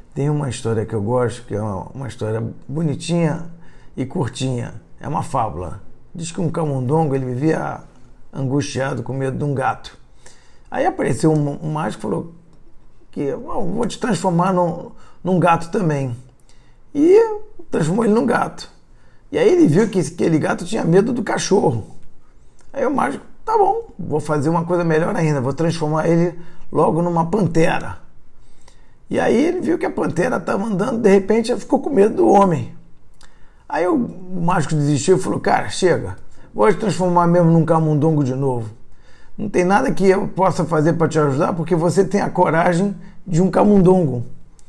Tem uma história que eu gosto, que é uma história bonitinha e curtinha. É uma fábula. Diz que um camundongo ele vivia angustiado com medo de um gato. Aí apareceu um mágico e falou que vou te transformar num gato também. E transformou ele num gato. E aí ele viu que aquele gato tinha medo do cachorro. Aí o mágico, tá bom, vou fazer uma coisa melhor ainda, vou transformar ele logo numa pantera. E aí ele viu que a pantera estava andando, de repente ela ficou com medo do homem. Aí o mágico desistiu e falou, cara, chega, vou te transformar mesmo num camundongo de novo. Não tem nada que eu possa fazer para te ajudar, porque você tem a coragem de um camundongo.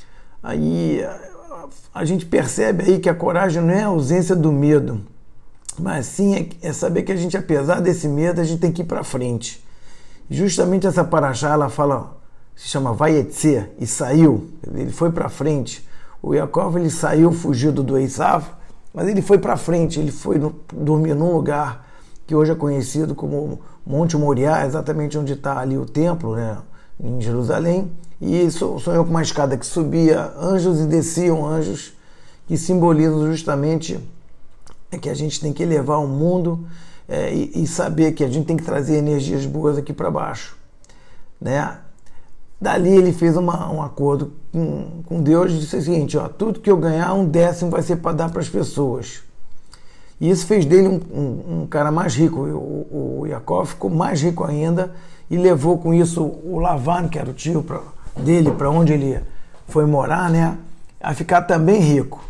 Aí a gente percebe aí que a coragem não é a ausência do medo, mas sim é saber que a gente, apesar desse medo, a gente tem que ir para frente. E justamente essa paraxá, ela fala, se chama Vayetze, e saiu, ele foi para frente. O Yaakov, ele saiu fugido do Esav, mas ele foi para frente, ele foi dormir num lugar que hoje é conhecido como Monte Moriá, exatamente onde está ali o templo, né, em Jerusalém, e sonhou com uma escada que subia anjos e desciam anjos, que simbolizam justamente que a gente tem que elevar o mundo e saber que a gente tem que trazer energias boas aqui para baixo, né? Dali ele fez um acordo com Deus e disse o seguinte, ó, tudo que eu ganhar, 1/10 vai ser para dar para as pessoas. E isso fez dele um cara mais rico. O Yaakov ficou mais rico ainda e levou com isso o Lavan, que era o tio dele, para onde ele foi morar, né, a ficar também rico.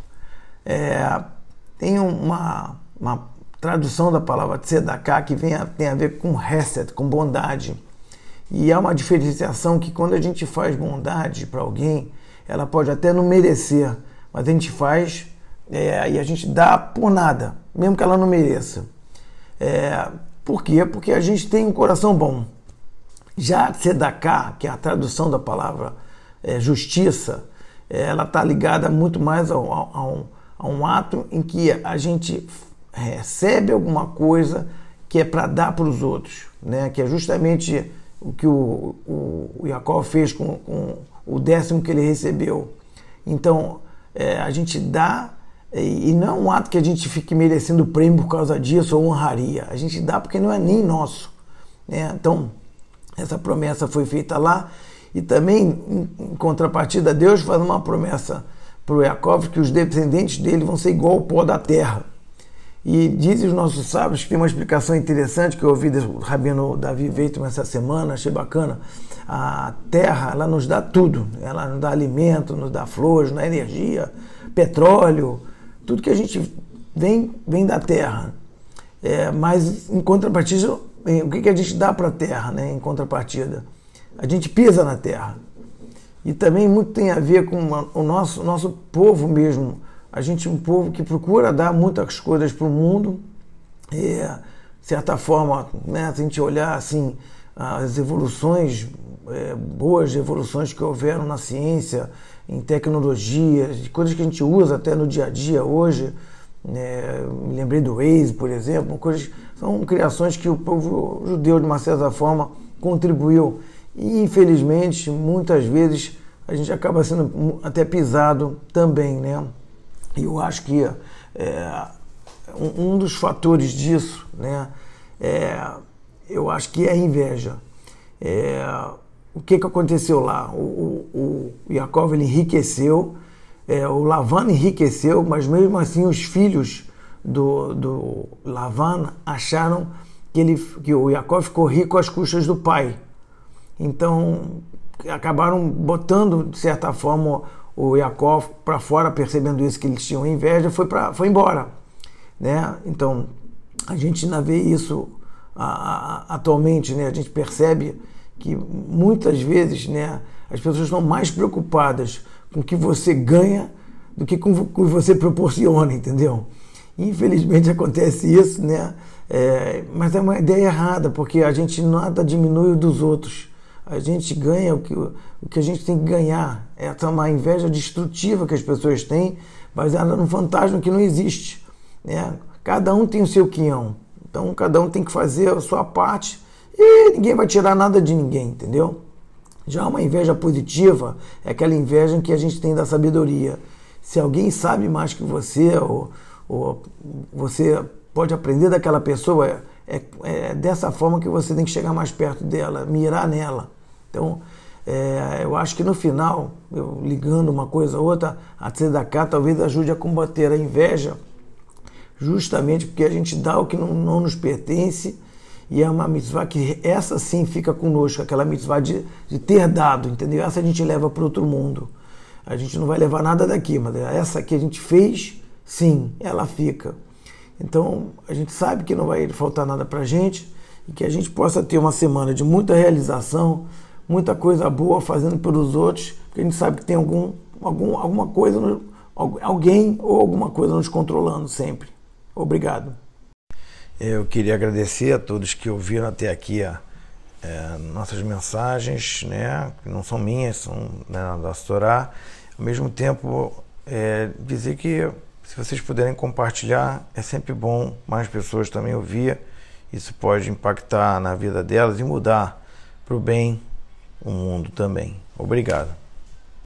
Tem uma tradução da palavra tzedakah que tem a ver com hesed, com bondade. E há uma diferenciação que quando a gente faz bondade para alguém, ela pode até não merecer, mas a gente faz e a gente dá por nada, mesmo que ela não mereça. Por quê? Porque a gente tem um coração bom. Já tzedakah, que é a tradução da palavra justiça, ela está ligada muito mais a um ato em que a gente recebe alguma coisa que é para dar para os outros, né? Que é justamente o que o Yaakov fez com o 10º que ele recebeu. Então, a gente dá, e não é um ato que a gente fique merecendo prêmio por causa disso ou honraria. A gente dá porque não é nem nosso, né? Então, essa promessa foi feita lá. E também, em contrapartida, Deus faz uma promessa para o Yaakov que os descendentes dele vão ser igual ao pó da terra. E dizem os nossos sábios que tem uma explicação interessante que eu ouvi do rabino Davi Veitman essa semana, achei bacana. A terra, ela nos dá tudo, ela nos dá alimento, nos dá flores, nos dá energia, petróleo, tudo que a gente vem da terra. Mas em contrapartida, o que a gente dá para a terra, né? Em contrapartida, a gente pisa na terra. E também muito tem a ver com o nosso povo mesmo. A gente é um povo que procura dar muitas coisas para o mundo. De certa forma, né, se a gente olhar assim, as evoluções, boas evoluções que houveram na ciência, em tecnologias, coisas que a gente usa até no dia a dia hoje, me lembrei do Waze, por exemplo, são criações que o povo judeu, de uma certa forma, contribuiu. E, infelizmente, muitas vezes a gente acaba sendo até pisado também, né? E eu acho que um dos fatores disso, né, eu acho que é a inveja. O que aconteceu lá? O Yaakov, ele enriqueceu, o Lavan enriqueceu, mas mesmo assim os filhos do Lavan acharam que o Yaakov ficou rico às custas do pai. Então, acabaram botando, de certa forma, o Yaakov para fora, percebendo isso, que eles tinham inveja, foi embora, né? Então, a gente ainda vê isso atualmente, né? A gente percebe que muitas vezes, né, as pessoas estão mais preocupadas com o que você ganha do que com o que você proporciona, entendeu? Infelizmente acontece isso, né? Mas é uma ideia errada, porque a gente nada diminui o dos outros. A gente ganha o que a gente tem que ganhar. Essa é uma inveja destrutiva que as pessoas têm, baseada num fantasma que não existe, né? Cada um tem o seu quinhão. Então, cada um tem que fazer a sua parte e ninguém vai tirar nada de ninguém, entendeu? Já uma inveja positiva é aquela inveja que a gente tem da sabedoria. Se alguém sabe mais que você, ou você pode aprender daquela pessoa, é dessa forma que você tem que chegar mais perto dela, mirar nela. Então, eu acho que no final, eu ligando uma coisa a outra, a tzedakah talvez ajude a combater a inveja, justamente porque a gente dá o que não nos pertence, e é uma mitzvah que essa sim fica conosco, aquela mitzvah de ter dado, entendeu? Essa a gente leva para outro mundo. A gente não vai levar nada daqui, mas essa que a gente fez, sim, ela fica. Então, a gente sabe que não vai faltar nada para a gente e que a gente possa ter uma semana de muita realização, muita coisa boa fazendo pelos outros, porque a gente sabe que tem alguma coisa, alguém ou alguma coisa nos controlando sempre. Obrigado. Eu queria agradecer a todos que ouviram até aqui nossas mensagens, né, que não são minhas, são, né, da Torá. Ao mesmo tempo, dizer que se vocês puderem compartilhar, é sempre bom mais pessoas também ouvir. Isso pode impactar na vida delas e mudar para o bem o mundo também. Obrigado.